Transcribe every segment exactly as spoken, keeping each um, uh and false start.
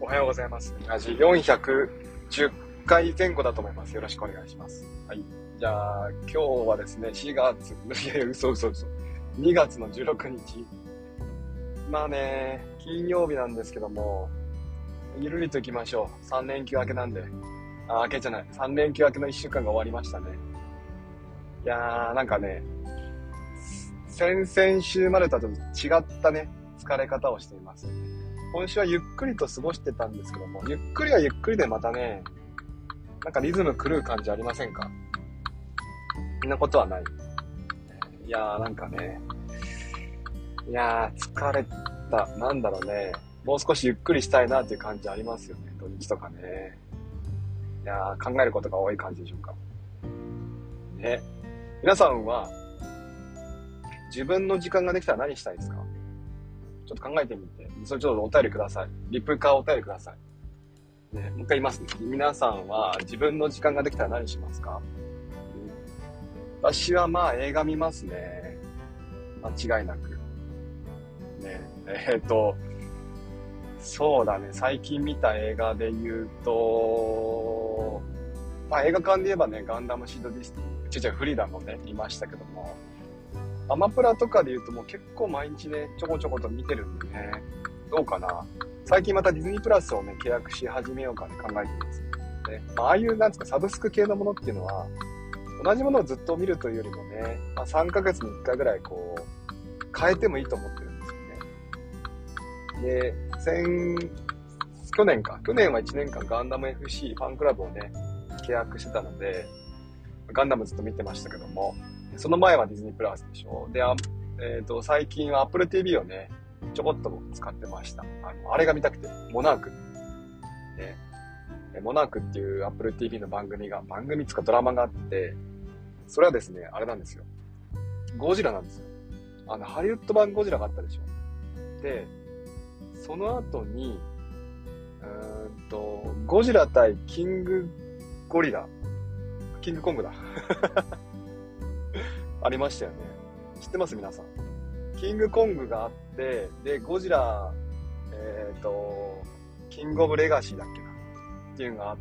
おはようございます。ラジよんひゃくじゅっかいぜん後だと思います。よろしくお願いします。はい。じゃあ、今日はですね、しがつ、いやいや、嘘嘘嘘。にがつのじゅうろくにち。まあね、金曜日なんですけども、ゆるりと行きましょう。さん連休明けなんで。あ、明けじゃない。さん連休明けのいっしゅうかんが終わりましたね。いやー、なんかね、先々週までとはちょっと違ったね、疲れ方をしています。今週はゆっくりと過ごしてたんですけども、ゆっくりはゆっくりでまたね、なんかリズム狂う感じありませんか？そんなことはない。いやーなんかね、いやー疲れた。なんだろうね。もう少しゆっくりしたいなっていう感じありますよね。土日とかね。いやー考えることが多い感じでしょうか。ね。皆さんは自分の時間ができたら何したいですか？ちょっと考えてみて、それちょっとお便りください。リプかお便りください。ね、もう一回言いますね。皆さんは自分の時間ができたら何しますか？私はまあ映画見ますね。間違いなく。ね、えー、っと、そうだね。最近見た映画で言うと、まあ映画館で言えばね、ガンダムシードディスティニー、ちょちょフリーダムをね、見ましたけども、アマプラとかで言うともう結構毎日ね、ちょこちょこと見てるんでね、どうかな。最近またディズニープラスをね、契約し始めようかね、考えています。ね、まあ、ああいう、なんですか、サブスク系のものっていうのは、同じものをずっと見るというよりもね、まあ、さんかげつにいっかいぐらいこう、変えてもいいと思ってるんですよね。で、先、去年か、去年はいちねんかんガンダム エフシー ファンクラブをね、契約してたので、ガンダムずっと見てましたけども、その前はディズニープラスでしょ。で、あえっと、最近は Apple ティーブイ をね、ちょこっと使ってました。あの、あれが見たくて、モナーク。ね、モナークっていう Apple ティーブイ の番組が、番組つかドラマがあって、それはですね、あれなんですよ。ゴジラなんですよ。あの、ハリウッド版ゴジラがあったでしょ。で、その後に、うーんと、ゴジラ対キングゴリラ。キングコングだ。ありましたよね。知ってます皆さん。キングコングがあって、で、ゴジラ、えっと、キングオブレガシーだっけなっていうのがあって、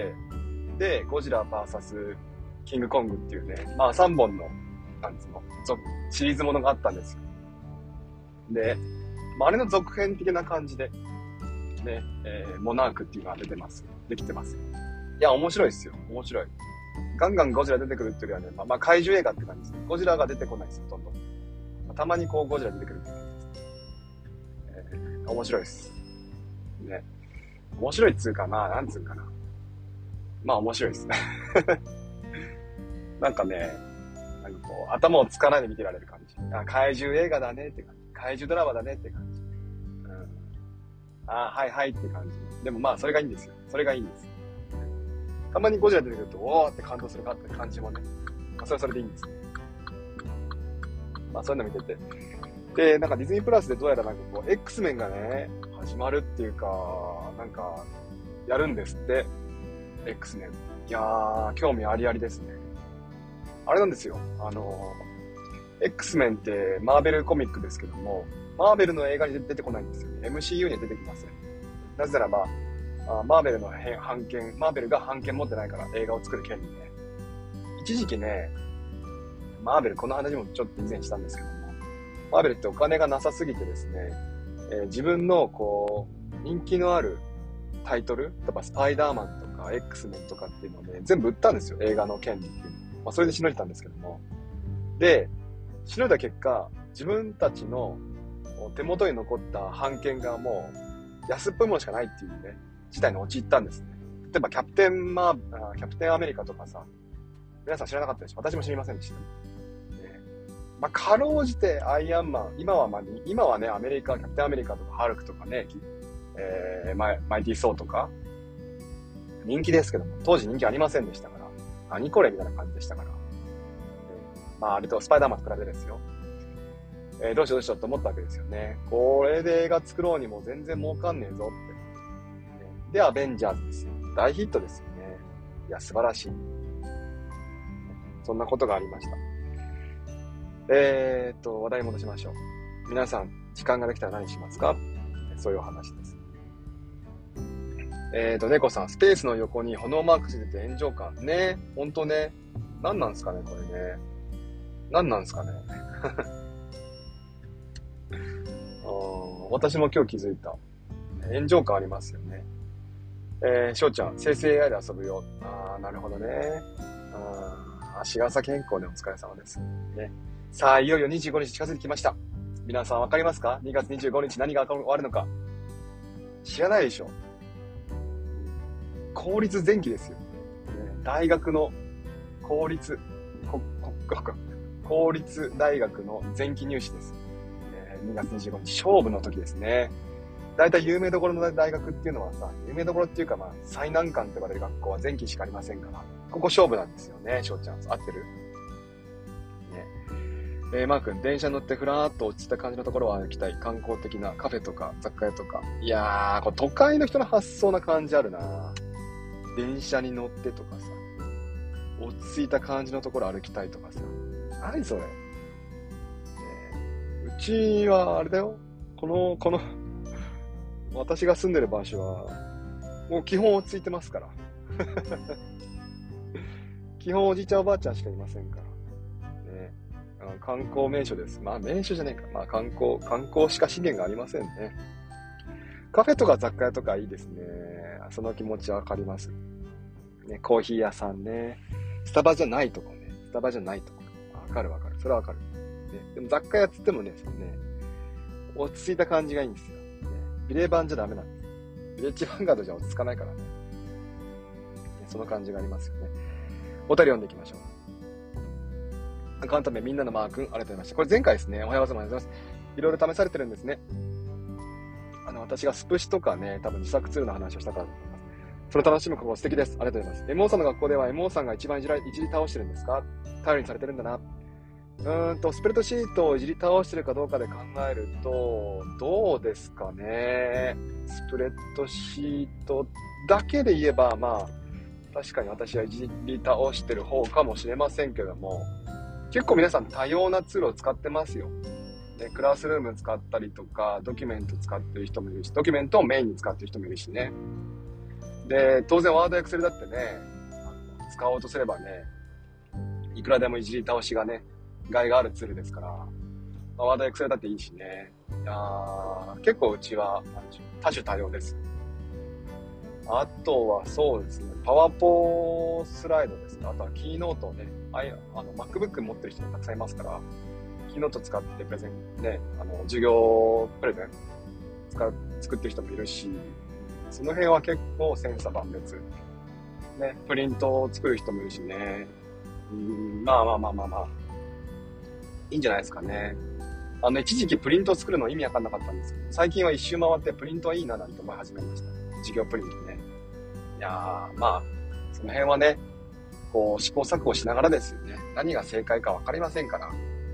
で、ゴジラ ブイエス キングコングっていうね、まあさんぼんの、なんつうの、シリーズものがあったんですよ。で、まあ、あれの続編的な感じで、ね、えー、モナークっていうのが出てます。できてます。いや、面白いですよ。面白い。ガンガンゴジラ出てくるっていうよりはね、まあ、まあ、怪獣映画って感じです。ゴジラが出てこないです、ほとんど。まあ、たまにこうゴジラ出てくるって感じです。えー、面白いです。ね。面白いっつうかな、なんつうかな。まあ面白いですね。なんかね、なんかこう、頭をつかないで見てられる感じ。あ、怪獣映画だねって感じ。怪獣ドラマだねって感じ。うん。あ、はいはいって感じ。でもまあそれがいいんですよ。それがいいんです。たまにゴジラ出てくると、おーって感動するかって感じもね、まあ、それはそれでいいんですね。まあそういうの見てて。で、なんかディズニープラスでどうやらなんかこう、X メンがね、始まるっていうか、なんか、やるんですって。X メン。いやー、興味ありありですね。あれなんですよ。あの、X メンってマーベルコミックですけども、マーベルの映画に出てこないんですよね。エムシーユー には出てきません。なぜならば、あマーベルの版権、マーベルが版権持ってないから映画を作る権利ね。一時期ね、マーベル、この話もちょっと以前したんですけども、マーベルってお金がなさすぎてですね、えー、自分のこう、人気のあるタイトル、例えばスパイダーマンとか X メンとかっていうのをね、全部売ったんですよ、映画の権利っていうの。まあそれでしのいだんですけども。で、しのいだ結果、自分たちの手元に残った版権がもう安っぽいものしかないっていうね、事態に陥ったんですね。例えばキャプテンマー、キャプテンアメリカとかさ、皆さん知らなかったでしょ？私も知りませんでした。ね、まあ、かろうじてアイアンマン、今はまあ、今はね、アメリカ、キャプテンアメリカとかハルクとかね、えー、マイ、マイティーソーとか、人気ですけども、当時人気ありませんでしたから、何これみたいな感じでしたから。えー、まあ、あれとスパイダーマンと比べですよ。えー、どうしようどうしようと思ったわけですよね。これで映画作ろうにも全然儲かんねえぞって。で、アベンジャーズですよ。大ヒットですよね。いや、素晴らしい。そんなことがありました。えーっと、話題戻しましょう。皆さん、時間ができたら何しますか？そういうお話です。 えーと、猫さん、スペースの横に炎マークついてて炎上感。ね。ほんとね。何なんすかね、これね。何なんすかね。あ私も今日気づいた。炎上感ありますよね。えー、しょうちゃん、生成 エーアイ で遊ぶよ。あー、なるほどね。あー、足朝健康でお疲れ様です。ね。さあ、いよいよにじゅうごにち近づいてきました。皆さんわかりますか ?に 月にじゅうごにち何が終わるのか。知らないでしょ。公立前期ですよ。ね、大学の公立、こここ公立大学の前期入試です。えー、にがつにじゅうごにち、勝負の時ですね。だいたい有名どころの大学っていうのはさ、有名どころっていうかまあ、最難関と呼ばれる学校は前期しかありませんから、ここ勝負なんですよね、翔ちゃん。合ってる？ね。えー、マー君、電車乗ってふらーっと落ち着いた感じのところは歩きたい。観光的なカフェとか雑貨屋とか。いやー、これ都会の人の発想な感じあるな。電車に乗ってとかさ、落ち着いた感じのところ歩きたいとかさ。何それ。ね、うちはあれだよ。この、この、私が住んでる場所は、もう基本落ち着いてますから。基本おじいちゃんおばあちゃんしかいませんから。ね、観光名所です。まあ名所じゃねえか。まあ観光、観光しか資源がありませんね。カフェとか雑貨屋とかいいですね。その気持ちわかります。ね、コーヒー屋さんね。スタバじゃないとこね。スタバじゃないとこ。わかるわかる。それはわかる。ね、でも雑貨屋っつってもね、そのね、落ち着いた感じがいいんですよ。ビレバンじゃダメなんです。ビレッジヴァンガードじゃ落ち着かないからね。その感じがありますよね。お便り読んでいきましょう。アカウント名みんなのマー君、ありがとうございました。これ前回ですね。おはようございます。いろいろ試されてるんですね。あの、私がスプシとかね、多分自作ツールの話をしたからと思います。それ楽しむ心素敵です。ありがとうございます。エモーさんの学校ではエモーさんが一番いじらいじり倒してるんですか？頼りにされてるんだな。うーんと、スプレッドシートをいじり倒してるかどうかで考えると、どうですかね。スプレッドシートだけで言えば、まあ、確かに私はいじり倒してる方かもしれませんけども、結構皆さん多様なツールを使ってますよ。ね、クラスルーム使ったりとか、ドキュメント使ってる人もいるし、ドキュメントをメインに使ってる人もいるしね。で、当然ワードエクセルだってね、あの使おうとすればね、いくらでもいじり倒しがね、害があるツールですから、まあ、ワードエクセルだっていいしね。いやー、結構うちは多種多様です。あとはそうですね、パワポスライドですか。あとはキーノートをね、ああの MacBook 持ってる人もたくさんいますから、キーノート使ってプレゼンね、あの授業プレゼン使う作ってる人もいるし、その辺は結構千差万別。ね、プリントを作る人もいるしね。うーん、まあまあまあまあまあ。いいんじゃないですかね。あの、一時期プリントを作るの意味わかんなかったんですけど、最近は一周回ってプリントはいいななんて思い始めました。授業プリントね。いやー、まあ、その辺はね、こう、試行錯誤しながらですよね。何が正解かわかりませんから。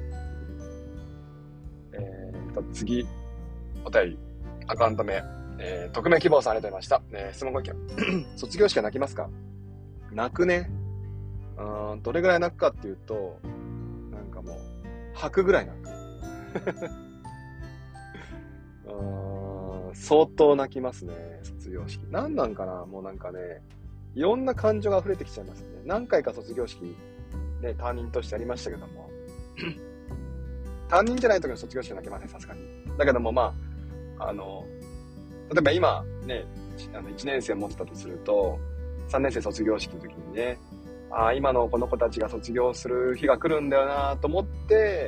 えーと、次、お便り、アカウント名、えー、匿名希望さんありがとうございました。えー、質問ご意見。卒業式は泣きますか？泣くね。うーん、どれぐらい泣くかっていうと、なんかもう、吐くぐらい泣く。うーん、相当泣きますね、卒業式。なんなんかな、もうなんかね、いろんな感情が溢れてきちゃいますね。何回か卒業式、ね、担任としてやりましたけども、担任じゃない時の卒業式は泣けません、さすがに。だけども、まあ、あの、例えば今、ね、あのいちねん生を持ってたとすると、さんねん生卒業式の時にね、ああ、今のこの子たちが卒業する日が来るんだよなと思って、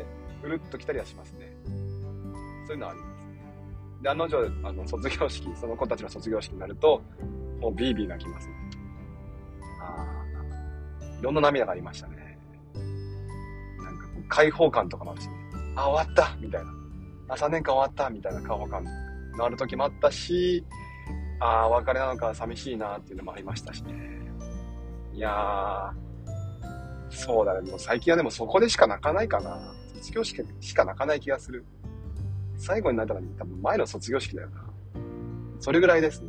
うるっと来たりはしますね。そういうのはあります。で、案の定、あの、卒業式、その子たちの卒業式になると、もうビービー泣きますね。ああ、いろんな涙がありましたね。なんかこう、解放感とかもあるしね。あ、終わったみたいな。あ、さんねんかん終わったみたいな解放感のある時もあったし、ああ、別れなのか寂しいなっていうのもありましたしね。いやー、そうだね。もう最近はでもそこでしか泣かないかな。卒業式しか泣かない気がする。最後になったのに多分前の卒業式だよな。それぐらいですね。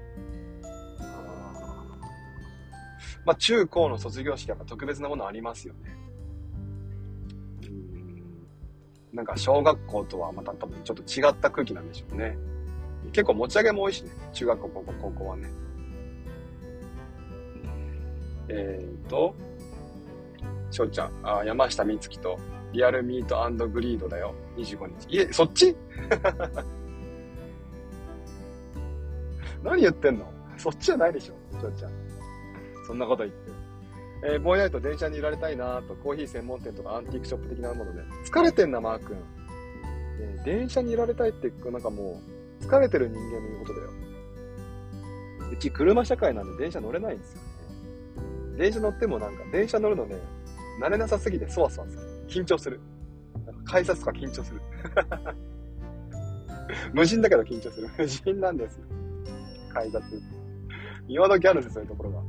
あまあ中高の卒業式はやっぱ特別なものありますよね。うーん、なんか小学校とはまた多分ちょっと違った空気なんでしょうね。結構持ち上げも多いしね。中学校、高校、高校はね。 えーと、しょうちゃん、あ、山下美月と、リアルミート&グリードだよ。にじゅうごにち。いえ、そっち何言ってんの？そっちじゃないでしょ、しょうちゃん。そんなこと言って。えー、ぼんやりと電車にいられたいなと、コーヒー専門店とかアンティークショップ的なもので。疲れてんな、マー君。ね、電車にいられたいって、なんかもう、疲れてる人間の言うことだよ。うち車社会なんで電車乗れないんですよね。電車乗ってもなんか、電車乗るのね、慣れなさすぎてそわそわする。緊張する。なんか改札とか緊張する。無人だけど緊張する。無人なんですよ。改札。今時あるんですよ、そういうところが。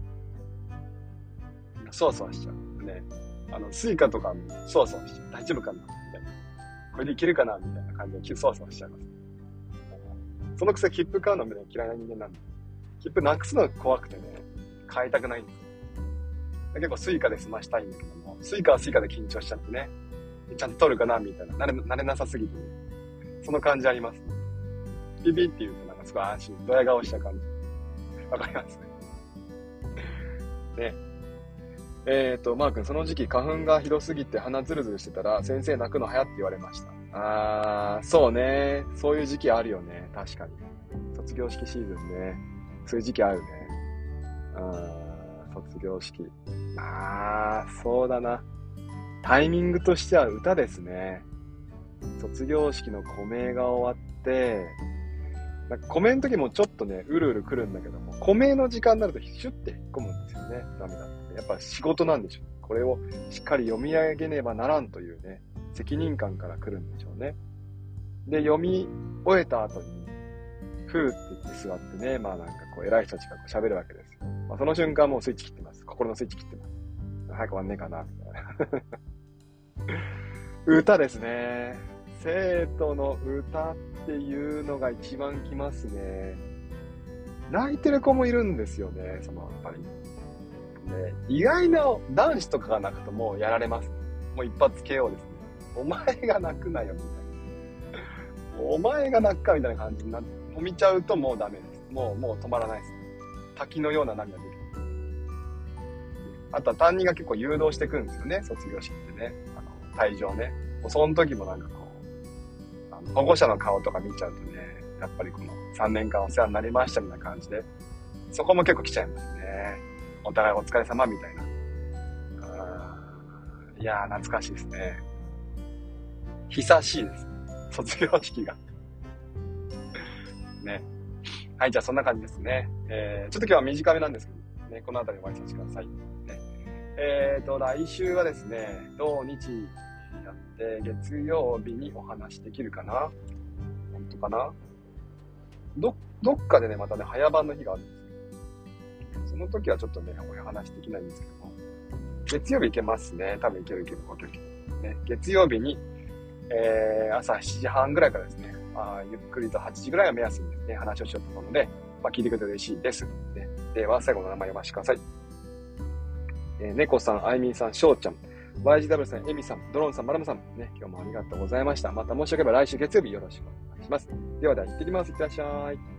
そわそわしちゃう。ね。あの、スイカとかそわそわしちゃう。大丈夫かなみたいな。これでいけるかなみたいな感じでそわそわしちゃいます。そのくせ切符買うのもね、嫌いな人間なんで。切符なくすのが怖くてね、買いたくないんですよ。結構スイカで済ましたいんだけども、スイカはスイカで緊張しちゃってね、ちゃんと取るかなみたいな、慣れ、慣れなさすぎてね、その感じありますね。ピピって言うとなんかすごい安心、ドヤ顔した感じ。わかりますね。ね。えっと、マー君、その時期花粉がひどすぎて鼻ズルズルしてたら、先生泣くの早って言われました。あー、そうね。そういう時期あるよね。確かに。卒業式シーズンね。そういう時期あるね。あー、卒業式。あー、そうだな。タイミングとしては歌ですね。卒業式の湖名が終わって、なんか湖名の時もちょっとね、うるうる来るんだけども、湖名の時間になるとシュッて引っ込むんですよね、涙って。やっぱ仕事なんでしょう。これをしっかり読み上げねばならんというね、責任感から来るんでしょうね。で、読み終えた後に、ふーって言って座ってね、まあなんかこう偉い人たちがこう喋るわけですよ。まあその瞬間もうスイッチ切ってます。心のスイッチ切ってます。早く終わんねえかな、みたいな。歌ですね。生徒の歌っていうのが一番きますね。泣いてる子もいるんですよね、そのやっぱり。ね、意外な男子とかが泣くともうやられます。もう一発 ケーオー ですね。お前が泣くなよ、みたいな。お前が泣くか、みたいな感じになって、もう見ちゃうともうダメです。もう、もう止まらないです。滝のような涙出てくる。あとは担任が結構誘導してくるんですよね、卒業式ってね。あの、退場ね。もうその時もなんかこう、あの保護者の顔とか見ちゃうとね、やっぱりこのさんねんかんお世話になりましたみたいな感じで、そこも結構来ちゃいますね。お互いお疲れ様みたいな。いやー、懐かしいですね。久しいです。卒業式が。ね。はい、じゃあそんな感じですね。えー、ちょっと今日は短めなんですけど、ね、この辺りで終わりさせてください。ね、えーと、来週はですね、土日やって、月曜日にお話できるかな？本当かな？ど、どっかでね、またね、早番の日があるんですよ。その時はちょっとね、お話できないんですけども、月曜日行けますね。多分行ける行ける、OK、OK。ね、月曜日に、えー、朝しちじはんぐらいからですね、まあ、ゆっくりとはちじぐらいを目安にですね、話をしようと思うので、まあ、聞いてくれて嬉しいです。ね、では、最後の名前を読ませてください。えー、猫さん、あいみんさん、しょうちゃん、ワイジーダブリュー さん、エミさん、ドローンさん、マラムさん、ね、今日もありがとうございました。またもしよければ来週月曜日よろしくお願いします。ではでは行ってきます。いってらっしゃい。